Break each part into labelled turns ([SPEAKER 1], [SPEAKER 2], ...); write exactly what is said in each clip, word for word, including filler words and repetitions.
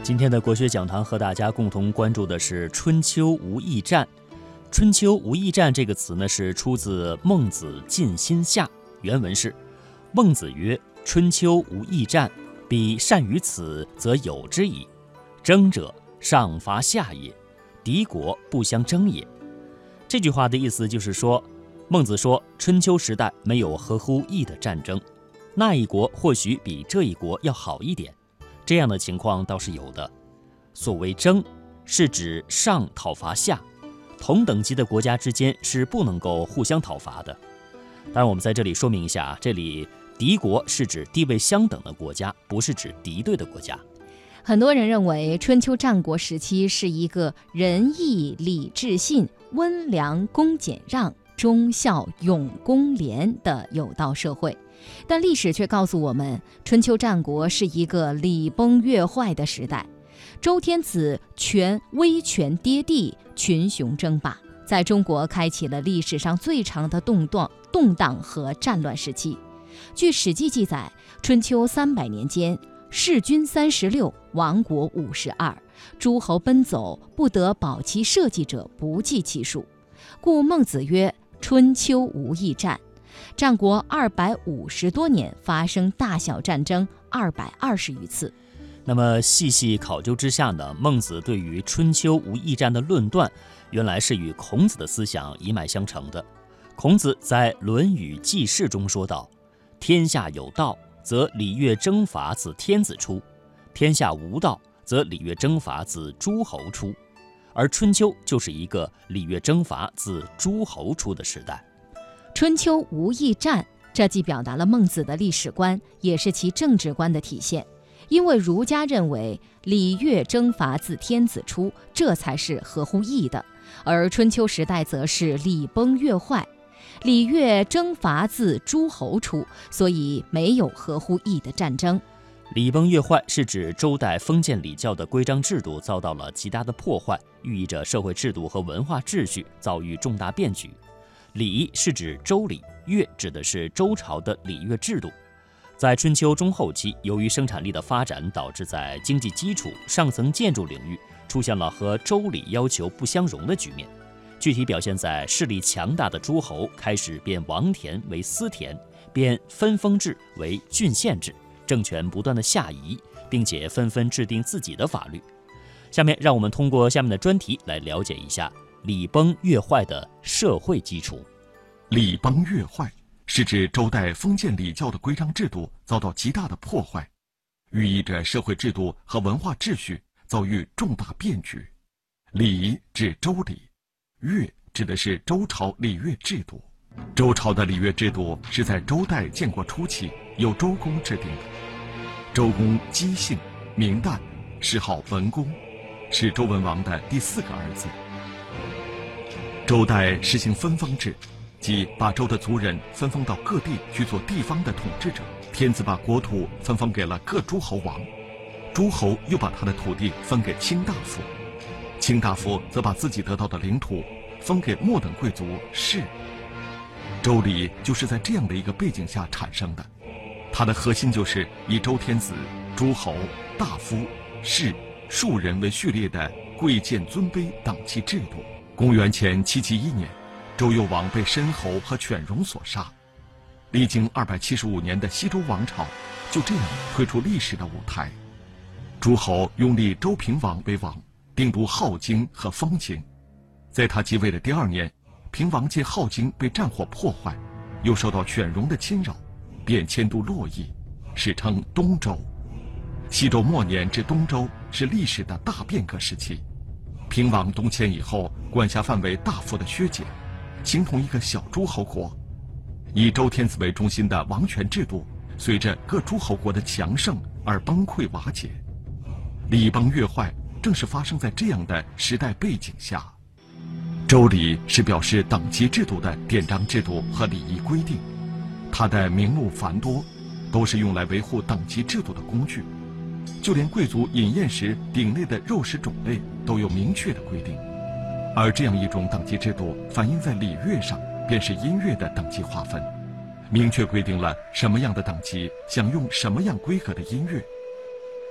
[SPEAKER 1] 今天的国学讲堂和大家共同关注的是春秋无义战。春秋无义战这个词呢，是出自孟子尽心下，原文是：孟子曰：春秋无义战，彼善于此，则有之矣。争者，上伐下也，敌国不相争也。这句话的意思就是说，孟子说春秋时代没有合乎义的战争，那一国或许比这一国要好一点，这样的情况倒是有的。所谓争，是指上讨伐下，同等级的国家之间是不能够互相讨伐的。当然我们在这里说明一下，这里敌国是指地位相等的国家，不是指敌对的国家。
[SPEAKER 2] 很多人认为春秋战国时期是一个仁义礼智信、温良恭俭让、忠孝勇公廉的有道社会，但历史却告诉我们，春秋战国是一个礼崩乐坏的时代。周天子权威权跌地，群雄争霸，在中国开启了历史上最长的动荡、动荡和战乱时期。据《史记》记载，春秋三百年间，弑君三十六，亡国五十二，诸侯奔走，不得保其社稷者不计其数。故孟子曰：春秋无义战。战国二百五十多年，发生大小战争二百二十余次。
[SPEAKER 1] 那么细细考究之下呢，孟子对于春秋无义战的论断，原来是与孔子的思想一脉相承的。孔子在《论语记事》中说道：天下有道，则礼乐征伐自天子出；天下无道，则礼乐征伐自诸侯出。而春秋就是一个礼乐征伐自诸侯出的时代。
[SPEAKER 2] 春秋无义战，这既表达了孟子的历史观，也是其政治观的体现。因为儒家认为礼乐征伐自天子出，这才是合乎义的，而春秋时代则是礼崩乐坏，礼乐征伐自诸侯出，所以没有合乎义的战争。
[SPEAKER 1] 礼崩乐坏是指周代封建礼教的规章制度遭到了极大的破坏，寓意着社会制度和文化秩序遭遇重大变局。礼是指周礼，乐指的是周朝的礼乐制度。在春秋中后期，由于生产力的发展，导致在经济基础、上层建筑领域出现了和周礼要求不相容的局面。具体表现在势力强大的诸侯开始变王田为私田，变分封制为郡县制，政权不断的下移，并且纷纷制定自己的法律。下面让我们通过下面的专题来了解一下礼崩乐坏的社会基础。
[SPEAKER 3] 礼崩乐坏是指周代封建礼教的规章制度遭到极大的破坏，寓意着社会制度和文化秩序遭遇重大变局。礼指周礼，乐指的是周朝礼乐制度。周朝的礼乐制度是在周代建国初期由周公制定的。周公姬姓，名旦，谥号文公，是周文王的第四个儿子。周代实行分封制，即把周的族人分封到各地去做地方的统治者。天子把国土分封给了各诸侯王，诸侯又把他的土地分给卿大夫，卿大夫则把自己得到的领土分给末等贵族士。周礼就是在这样的一个背景下产生的，它的核心就是以周天子、诸侯、大夫、士、庶人为序列的贵贱尊卑等级制度。公元前七七一年，周幽王被申侯和犬戎所杀，历经二百七十五年的西周王朝就这样退出历史的舞台。诸侯拥立周平王为王，定都镐京和方京。在他继位的第二年，平王见镐京被战火破坏，又受到犬戎的侵扰，便迁都洛邑，史称东周。西周末年至东周是历史的大变革时期。平王东迁以后，管辖范围大幅的削减，形同一个小诸侯国。以周天子为中心的王权制度，随着各诸侯国的强盛而崩溃瓦解。礼崩乐坏正是发生在这样的时代背景下。周礼是表示等级制度的典章制度和礼仪规定，它的名目繁多，都是用来维护等级制度的工具。就连贵族饮宴时鼎类的肉食种类都有明确的规定。而这样一种等级制度反映在礼乐上，便是音乐的等级划分，明确规定了什么样的等级享用什么样规格的音乐。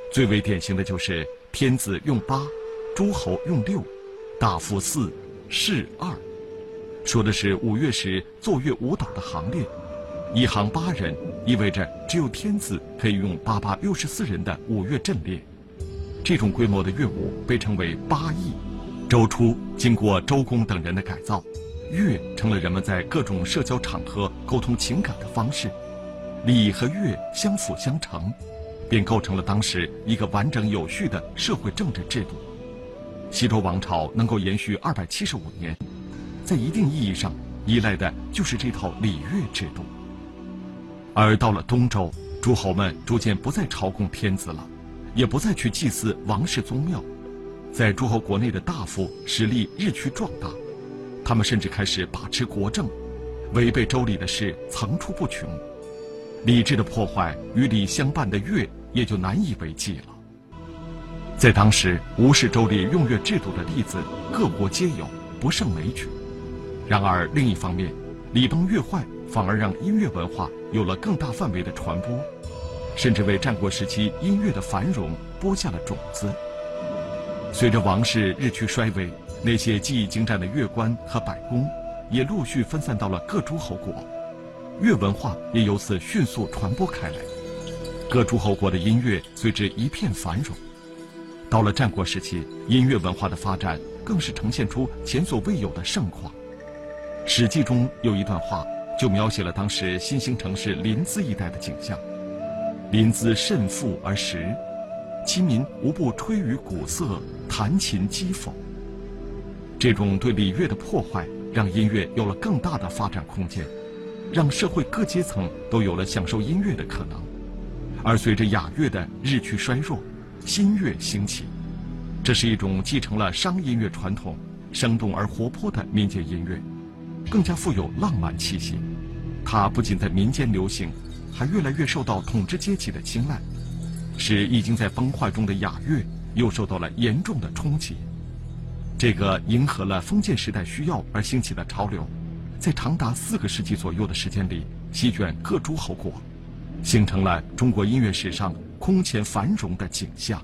[SPEAKER 3] 最为典型的就是天子用八，诸侯用六，大夫四，士二，说的是五月时奏乐舞蹈的行列。一行八人，意味着只有天子可以用八八六十四人的五乐阵列。这种规模的乐舞被称为八佾。周初经过周公等人的改造，乐成了人们在各种社交场合沟通情感的方式，礼和乐相辅相成，便构成了当时一个完整有序的社会政治制度。西周王朝能够延续二百七十五年，在一定意义上依赖的就是这套礼乐制度。而到了东周，诸侯们逐渐不再朝贡天子了，也不再去祭祀王室宗庙，在诸侯国内的大夫实力日趋壮大，他们甚至开始把持国政，违背周礼的事层出不穷。礼制的破坏与礼相伴的乐也就难以为继了。在当时无视周礼用乐制度的例子各国皆有，不胜枚举。然而另一方面，礼崩乐坏反而让音乐文化有了更大范围的传播，甚至为战国时期音乐的繁荣播下了种子。随着王室日趋衰微，那些技艺精湛的乐官和百工也陆续分散到了各诸侯国，乐文化也由此迅速传播开来，各诸侯国的音乐随之一片繁荣。到了战国时期，音乐文化的发展更是呈现出前所未有的盛况。《史记》中有一段话就描写了当时新兴城市临淄一带的景象：临淄甚富而实，其民无不吹竽鼓瑟，弹琴击笏。这种对礼乐的破坏，让音乐有了更大的发展空间，让社会各阶层都有了享受音乐的可能。而随着雅乐的日趋衰弱，新乐兴起，这是一种继承了商音乐传统、生动而活泼的民间音乐，更加富有浪漫气息。它不仅在民间流行，还越来越受到统治阶级的青睐，使已经在崩坏中的雅乐又受到了严重的冲击。这个迎合了封建时代需要而兴起的潮流，在长达四个世纪左右的时间里席卷各诸侯国，形成了中国音乐史上空前繁荣的景象。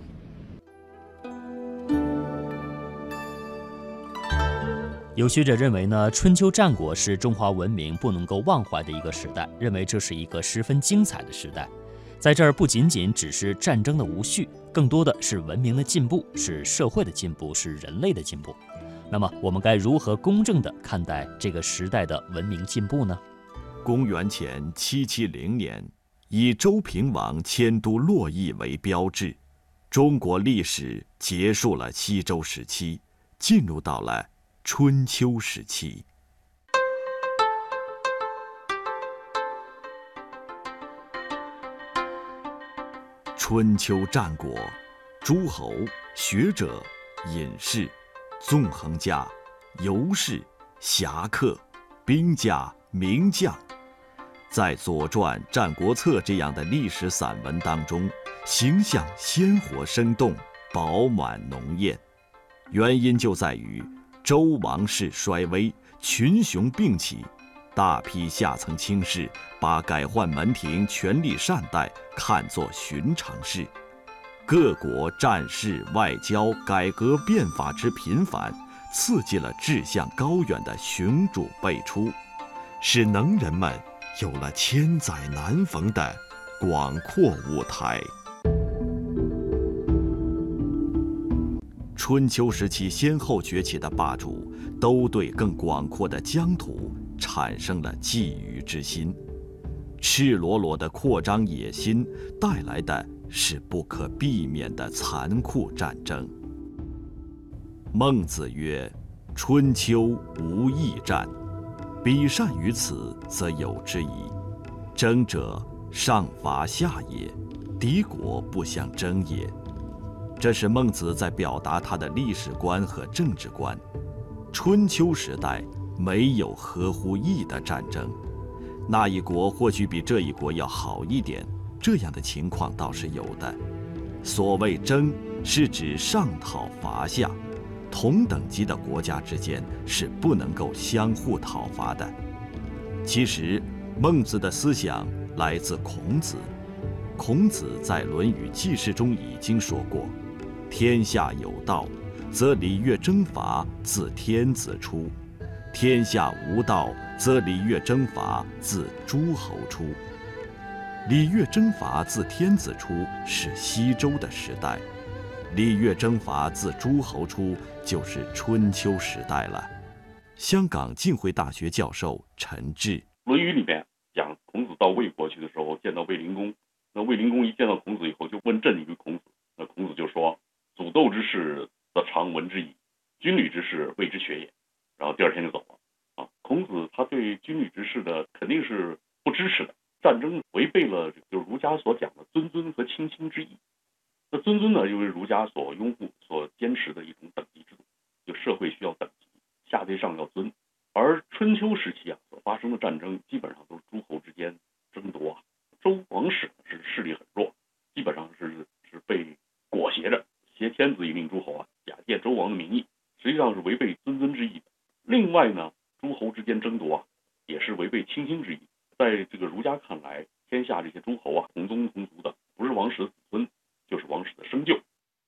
[SPEAKER 1] 有学者认为呢，春秋战国是中华文明不能够忘怀的一个时代，认为这是一个十分精彩的时代。在这儿不仅仅只是战争的无序，更多的是文明的进步，是社会的进步，是人类的进步。那么我们该如何公正地看待这个时代的文明进步呢？
[SPEAKER 4] 公元前七七零年，以周平王迁都洛邑为标志，中国历史结束了西周时期，进入到了春秋时期。春秋战国，诸侯、学者、隐士、纵横家、游士、侠客、兵家、名将，在《左传》《战国策》这样的历史散文当中，形象鲜活生动，饱满浓艳。原因就在于周王室衰微，群雄并起，大批下层卿士把改换门庭、权力善待看作寻常事，各国战事、外交、改革变法之频繁，刺激了志向高远的雄主辈出，使能人们有了千载难逢的广阔舞台。春秋时期先后崛起的霸主，都对更广阔的疆土产生了觊觎之心，赤裸裸的扩张野心带来的是不可避免的残酷战争。孟子曰：“春秋无义战，彼善于此，则有之矣。争者，上伐下也，敌国不相争也。”这是孟子在表达他的历史观和政治观。春秋时代没有合乎义的战争，那一国或许比这一国要好一点，这样的情况倒是有的。所谓争，是指上讨伐下，同等级的国家之间是不能够相互讨伐的。其实，孟子的思想来自孔子。 孔子在《论语记事》中已经说过：“天下有道，则礼乐征伐自天子出；天下无道，则礼乐征伐自诸侯出。”礼乐征伐自天子出是西周的时代，礼乐征伐自诸侯出就是春秋时代了。香港浸会大学教授陈志，《
[SPEAKER 5] 论语》里面讲孔子到魏国去的时候，见到卫灵公，那卫灵公一见到孔子以后，就问政于孔子。那孔子就说：“祖斗之事，则常闻之矣；军旅之事，谓之学也。”然后第二天就走了。啊，孔子他对军旅之事的肯定是不支持的。战争违背了就是儒家所讲的尊尊和亲亲之意。那尊尊呢，又是儒家所拥护、所坚持的一种等级制度，就社会需要等级，下对上要尊。而春秋时期啊所发生的战争，基本上都是诸侯之间争夺啊。周王室是势力很弱，基本上是是被裹挟着，挟天子以令诸侯啊，假借周王的名义，实际上是违背尊尊之意的。另外呢，诸侯之间争夺啊，也是违背亲亲之意。在这个儒家看来，天下这些诸侯啊，同宗同族的，不是王室的子孙，就是王室的生就。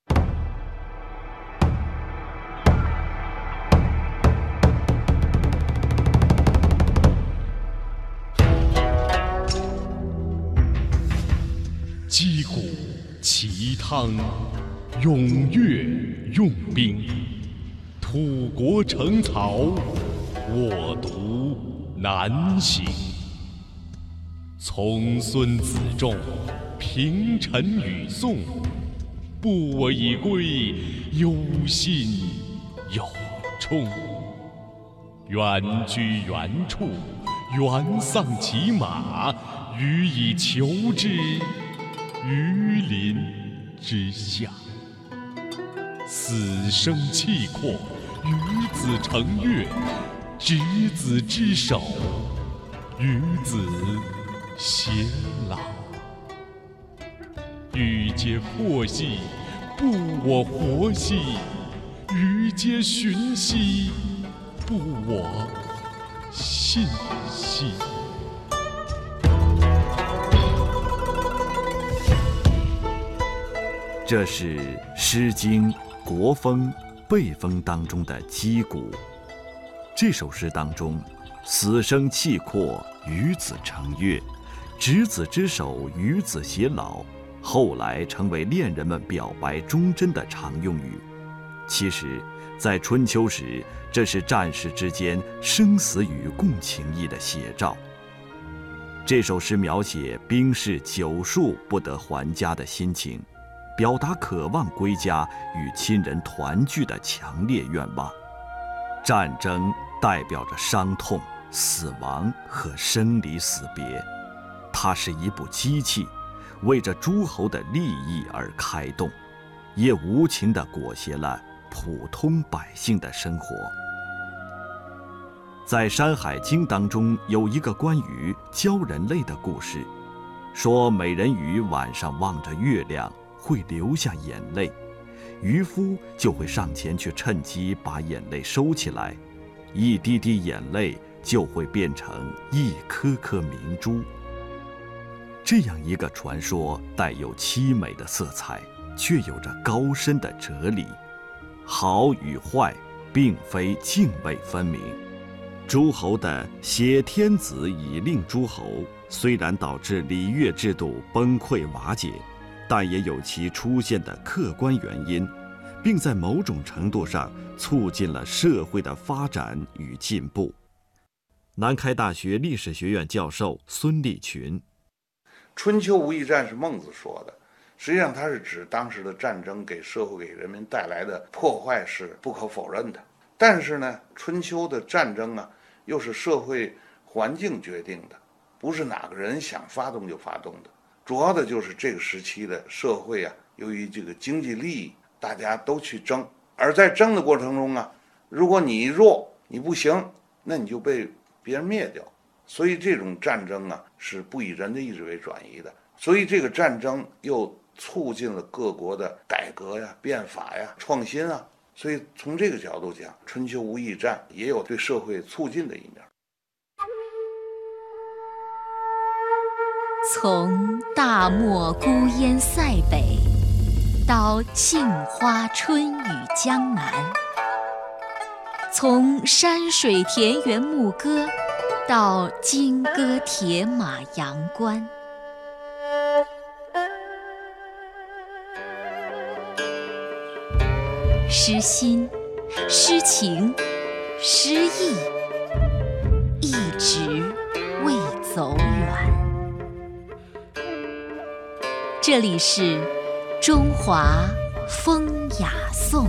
[SPEAKER 6] 击鼓齐汤，踊跃用兵，土国城曹，我独南行。从孙子仲，平陈与宋，不我以归，忧心有冲。原居原处，原丧其马，予以求之，于林之下。死生契阔，与子成悦，执子之手，与子偕老。予皆阔兮，不我活兮；予皆循兮，不我信兮。
[SPEAKER 4] 这是《诗经·国风·备风》当中的击鼓。这首诗当中，死生契阔，与子成悦，执子之手，与子偕老，后来成为恋人们表白忠贞的常用语。其实，在春秋时，这是战士之间生死与共情义的写照。这首诗描写兵士久戍不得还家的心情，表达渴望归家与亲人团聚的强烈愿望。战争代表着伤痛、死亡和生离死别，它是一部机器，为着诸侯的利益而开动，也无情地裹挟了普通百姓的生活。在《山海经》当中有一个关于鲛人类的故事，说美人鱼晚上望着月亮会流下眼泪，渔夫就会上前去趁机把眼泪收起来，一滴滴眼泪就会变成一颗颗明珠。这样一个传说带有凄美的色彩，却有着高深的哲理。好与坏并非泾渭分明。诸侯的挟天子以令诸侯，虽然导致礼乐制度崩溃瓦解，但也有其出现的客观原因，并在某种程度上促进了社会的发展与进步。南开大学历史学院教授孙立群，
[SPEAKER 7] 春秋无义战是孟子说的，实际上它是指当时的战争给社会给人民带来的破坏是不可否认的。但是呢，春秋的战争啊，又是社会环境决定的，不是哪个人想发动就发动的。主要的就是这个时期的社会啊，由于这个经济利益，大家都去争，而在争的过程中啊，如果你弱，你不行，那你就被别人灭掉。所以这种战争啊，是不以人的意志为转移的。所以这个战争又促进了各国的改革呀、变法呀、创新啊。所以从这个角度讲，春秋无义战也有对社会促进的一面。
[SPEAKER 2] 从大漠孤烟塞北，到杏花春雨江南；从山水田园牧歌，到金戈铁马阳关。诗心、诗情、诗意，一直未走远。这里是中华风雅颂。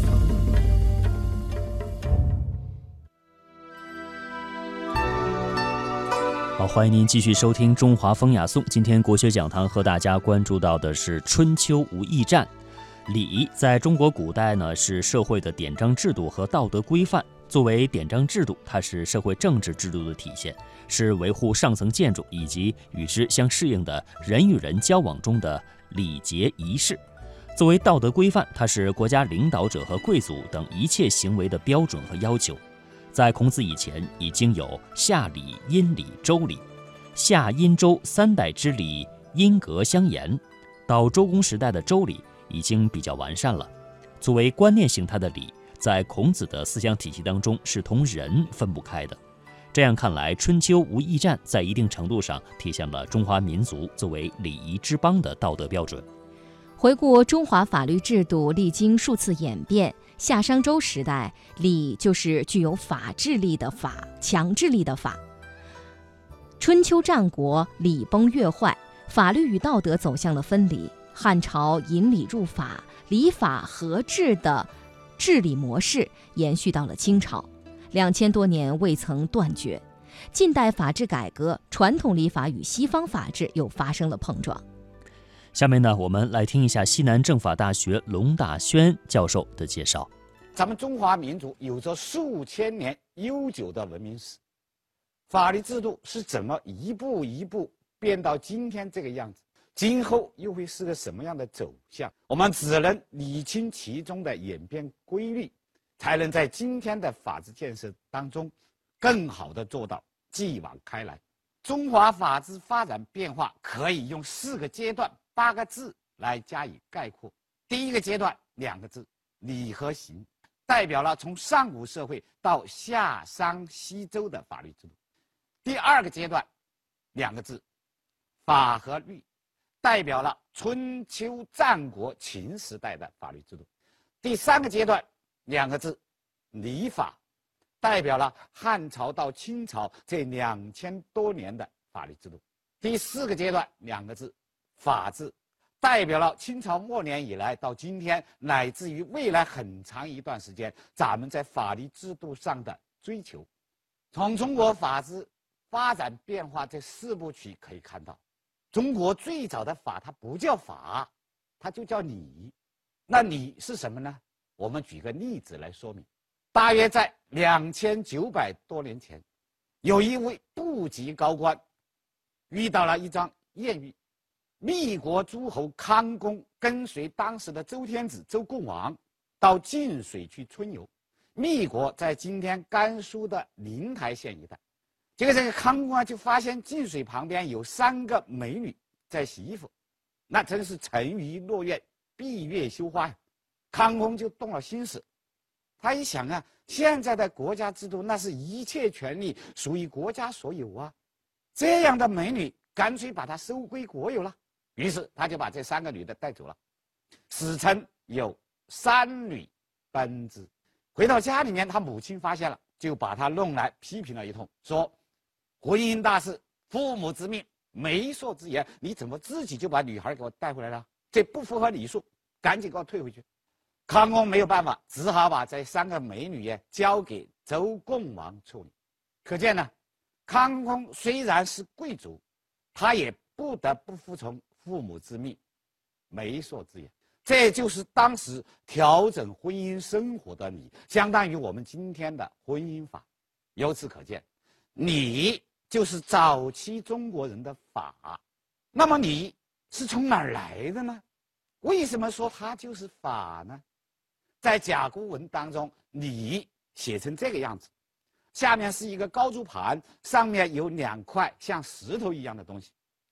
[SPEAKER 1] 好，欢迎您继续收听《中华风雅颂》。今天国学讲堂和大家关注到的是春秋无义战。礼在中国古代呢，是社会的典章制度和道德规范。作为典章制度，它是社会政治制度的体现，是维护上层建筑以及与之相适应的人与人交往中的礼节仪式。作为道德规范，它是国家领导者和贵族等一切行为的标准和要求。在孔子以前，已经有夏礼、殷礼、周礼，夏、殷、周三代之礼因格相沿。到周公时代的周礼已经比较完善了。作为观念形态的礼，在孔子的思想体系当中是同人分不开的。这样看来，春秋无义战在一定程度上体现了中华民族作为礼仪之邦的道德标准。
[SPEAKER 2] 回顾中华法律制度历经数次演变，夏商周时代，礼就是具有法治力的法，强制力的法。春秋战国，礼崩乐坏，法律与道德走向了分离。汉朝引礼入法，礼法合治的治理模式延续到了清朝，两千多年未曾断绝。近代法治改革，传统礼法与西方法治又发生了碰撞。
[SPEAKER 1] 下面呢，我们来听一下西南政法大学龙大轩教授的介绍。
[SPEAKER 8] 咱们中华民族有着数千年悠久的文明史，法律制度是怎么一步一步变到今天这个样子？今后又会是个什么样的走向？我们只能理清其中的演变规律，才能在今天的法治建设当中更好地做到继往开来。中华法治发展变化可以用四个阶段八个字来加以概括。第一个阶段两个字，礼和刑，代表了从上古社会到夏商西周的法律制度。第二个阶段两个字，法和律，代表了春秋战国秦时代的法律制度。第三个阶段两个字，礼法，代表了汉朝到清朝这两千多年的法律制度。第四个阶段两个字，法治，代表了清朝末年以来到今天，乃至于未来很长一段时间，咱们在法律制度上的追求。从中国法治发展变化这四部曲可以看到，中国最早的法它不叫法，它就叫礼。那礼是什么呢？我们举个例子来说明。大约在两千九百多年前，有一位部级高官遇到了一桩艳遇。密国诸侯康公跟随当时的周天子周共王到晋水去春游。密国在今天甘肃的灵台县一带。结果这个康公啊，就发现晋水旁边有三个美女在洗衣服，那真是沉鱼落雁，闭月羞花呀。康公就动了心思，他一想啊，现在的国家制度，那是一切权利属于国家所有啊，这样的美女干脆把她收归国有了。于是他就把这三个女的带走了，史称有三女奔之。回到家里面，他母亲发现了，就把他弄来批评了一通，说婚姻大事，父母之命，媒妁之言，你怎么自己就把女孩给我带回来了？这不符合礼数，赶紧给我退回去。康公没有办法，只好把这三个美女也交给周共王处理。可见呢，康公虽然是贵族，他也不得不服从父母之命，媒妁之言。这就是当时调整婚姻生活的礼，相当于我们今天的婚姻法。由此可见，礼就是早期中国人的法。那么礼是从哪儿来的呢？为什么说它就是法呢？在甲骨文当中，礼写成这个样子，下面是一个高足盘，上面有两块像石头一样的东西。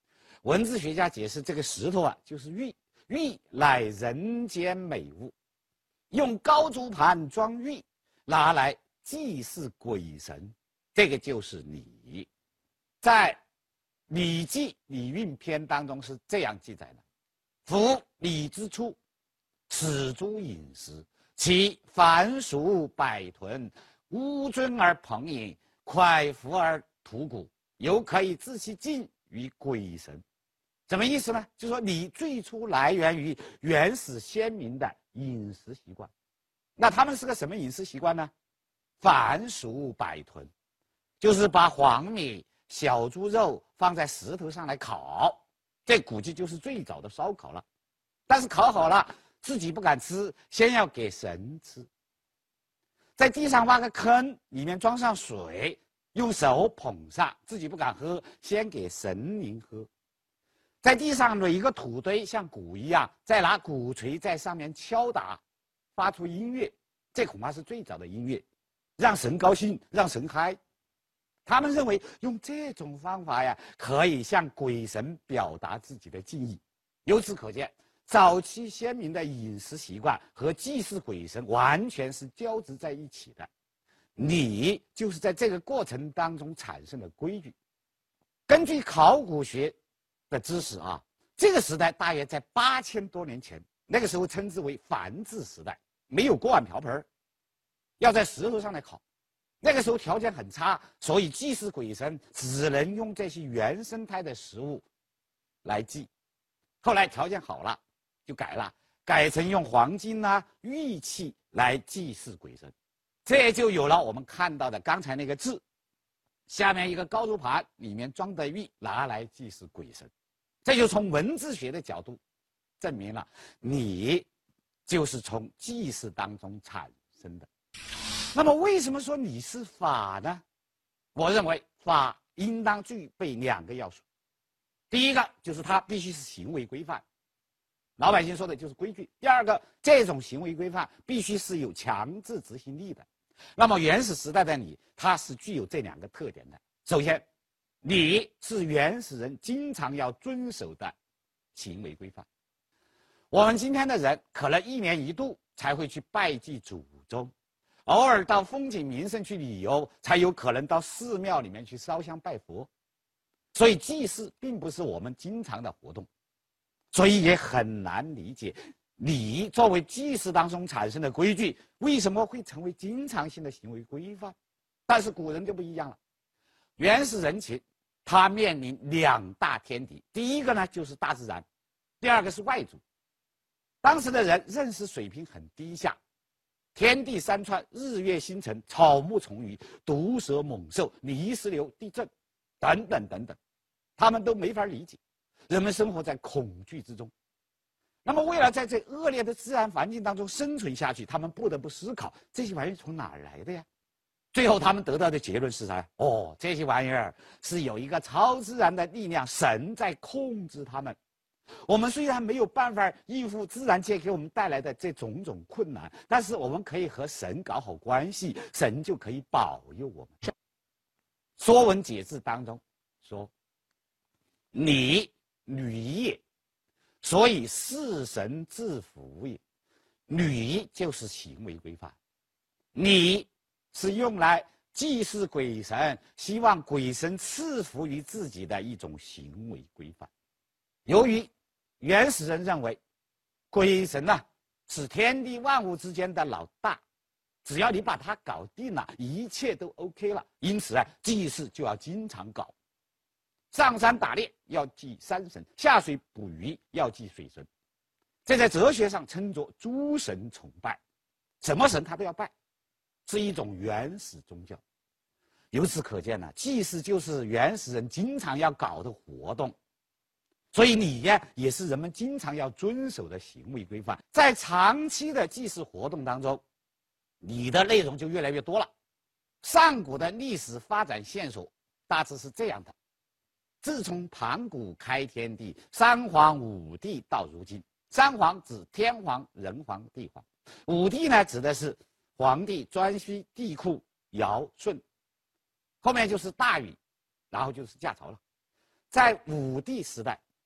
[SPEAKER 8] 文字学家解释，这个石头啊，就是玉，玉乃人间美物，用高足盘装玉，拿来祭祀鬼神，这个就是礼。在《礼记·礼运篇》当中是这样记载的：夫礼之初，始诸饮食，其凡俗百屯，乌尊而朋饮，快服而吐骨，犹可以自其敬于鬼神。什么意思呢？就是说礼最初来源于原始先民的饮食习惯。那他们是个什么饮食习惯呢？凡俗百屯，就是把黄米、小猪肉放在石头上来烤，这估计就是最早的烧烤了。但是烤好了，自己不敢吃，先要给神吃。在地上挖个坑，里面装上水，用手捧上，自己不敢喝，先给神灵喝。在地上垒一个土堆，像鼓一样，再拿鼓槌在上面敲打，发出音乐，这恐怕是最早的音乐，让神高兴，让神嗨。他们认为用这种方法呀，可以向鬼神表达自己的敬意。由此可见，早期先民的饮食习惯和祭祀鬼神完全是交织在一起的。礼就是在这个过程当中产生的规矩。根据考古学的知识啊，这个时代大约在八千多年前，那个时候称之为燔制时代，没有锅碗瓢盆，要在石头上来烤。那个时候条件很差，所以祭祀鬼神只能用这些原生态的食物来祭。后来条件好了，就改了，改成用黄金啊、玉器来祭祀鬼神，这就有了我们看到的刚才那个字，下面一个高足盘，里面装的玉，拿来祭祀鬼神。这就从文字学的角度证明了礼就是从祭祀当中产生的。那么为什么说礼是法呢？我认为法应当具备两个要素。第一个就是它必须是行为规范，老百姓说的就是规矩。第二个，这种行为规范必须是有强制执行力的。那么原始时代的礼，它是具有这两个特点的。首先，礼是原始人经常要遵守的行为规范。我们今天的人可能一年一度才会去拜祭祖宗，偶尔到风景名胜去旅游，才有可能到寺庙里面去烧香拜佛。所以祭祀并不是我们经常的活动，所以也很难理解礼作为祭祀当中产生的规矩，为什么会成为经常性的行为规范。但是古人就不一样了，原始人群他面临两大天敌，第一个呢就是大自然，第二个是外族。当时的人认识水平很低下，天地山川、日月星辰、草木虫鱼、毒蛇猛兽、泥石流、地震等等等等，他们都没法理解。人们生活在恐惧之中，那么为了在这恶劣的自然环境当中生存下去，他们不得不思考这些玩意儿从哪儿来的呀。最后他们得到的结论是啥？哦，这些玩意儿是有一个超自然的力量，神在控制他们。我们虽然没有办法应付自然界给我们带来的这种种困难，但是我们可以和神搞好关系，神就可以保佑我们。《说文解字》当中说：“礼，履也，所以事神治服也。”礼就是行为规范，礼是用来祭祀鬼神，希望鬼神赐福于自己的一种行为规范。由于原始人认为鬼神呢、啊、是天地万物之间的老大，只要你把它搞定了，一切都 OK 了，因此啊，祭祀就要经常搞。上山打猎要祭山神，下水捕鱼要祭水神，这在哲学上称作诸神崇拜，什么神他都要拜，是一种原始宗教。由此可见呢，祭祀就是原始人经常要搞的活动。所以礼呀，也是人们经常要遵守的行为规范。在长期的祭祀活动当中，礼的内容就越来越多了。上古的历史发展线索大致是这样的：自从盘古开天地，三皇五帝到如今，三皇指天皇、人皇、地皇，五帝呢指的是黄帝、颛顼、帝喾、尧、舜，后面就是大禹，然后就是夏朝了。在五帝时代，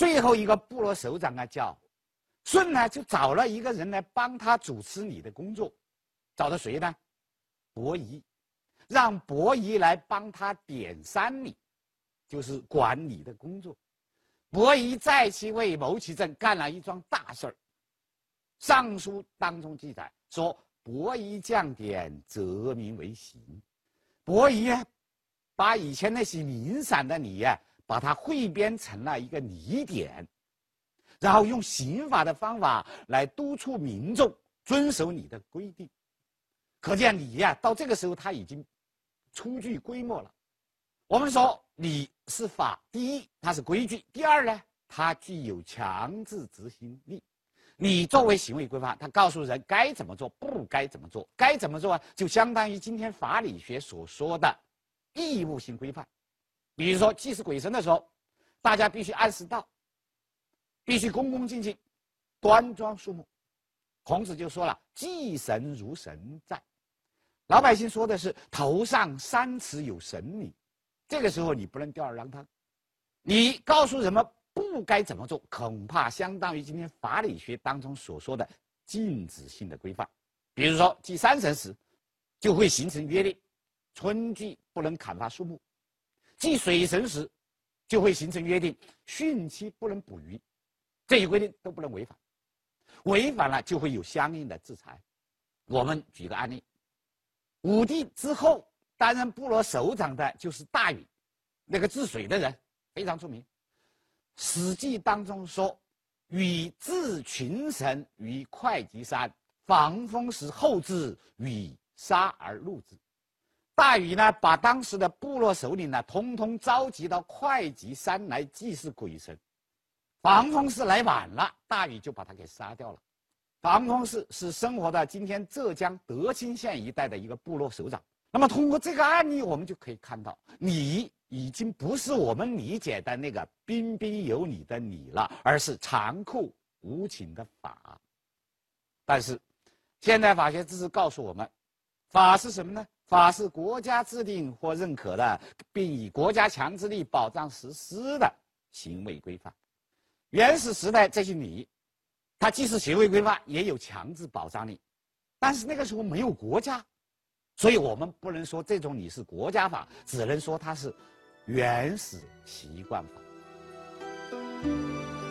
[SPEAKER 8] 最后一个部落首长啊叫舜呢，就找了一个人来帮他主持你的工作，找的谁呢？伯夷，让伯夷来帮他点三你，就是管理的工作。伯夷在其位，谋其政，干了一桩大事儿。尚书当中记载说，伯夷将典，择民为刑。伯夷啊，把以前那些零散的礼啊，把它汇编成了一个礼典，然后用刑法的方法来督促民众遵守你的规定。可见礼呀、啊，到这个时候他已经初具规模了。我们说礼是法，第一它是规矩，第二呢，它具有强制执行力。你作为行为规范，它告诉人该怎么做，不该怎么做。该怎么做啊，就相当于今天法理学所说的义务性规范。比如说祭祀鬼神的时候，大家必须按时到，必须恭恭敬敬、端庄肃穆。孔子就说了：“祭神如神在。”老百姓说的是头上三尺有神灵，这个时候你不能吊儿郎当，你告诉人们不该怎么做，恐怕相当于今天法理学当中所说的禁止性的规范。比如说祭山神时，就会形成约定，春季不能砍伐树木；祭水神时，就会形成约定，汛期不能捕鱼。这些规定都不能违反，违反了就会有相应的制裁。我们举个案例，武帝之后担任部落首长的就是大禹，那个治水的人非常出名。《史记》当中说，禹治群臣于会稽山，防风时后至，禹杀而戮之。大禹呢，把当时的部落首领呢，通通召集到会稽山来祭祀鬼神。防风氏来晚了，大禹就把他给杀掉了。防风氏是生活在今天浙江德清县一带的一个部落首长。那么通过这个案例，我们就可以看到，礼已经不是我们理解的那个彬彬有礼的礼了，而是残酷无情的法。但是现代法学知识告诉我们，法是什么呢？法是国家制定或认可的，并以国家强制力保障实施的行为规范。原始时代这些礼，它既是行为规范，也有强制保障力，但是那个时候没有国家，所以我们不能说这种礼是国家法，只能说它是原始习惯法。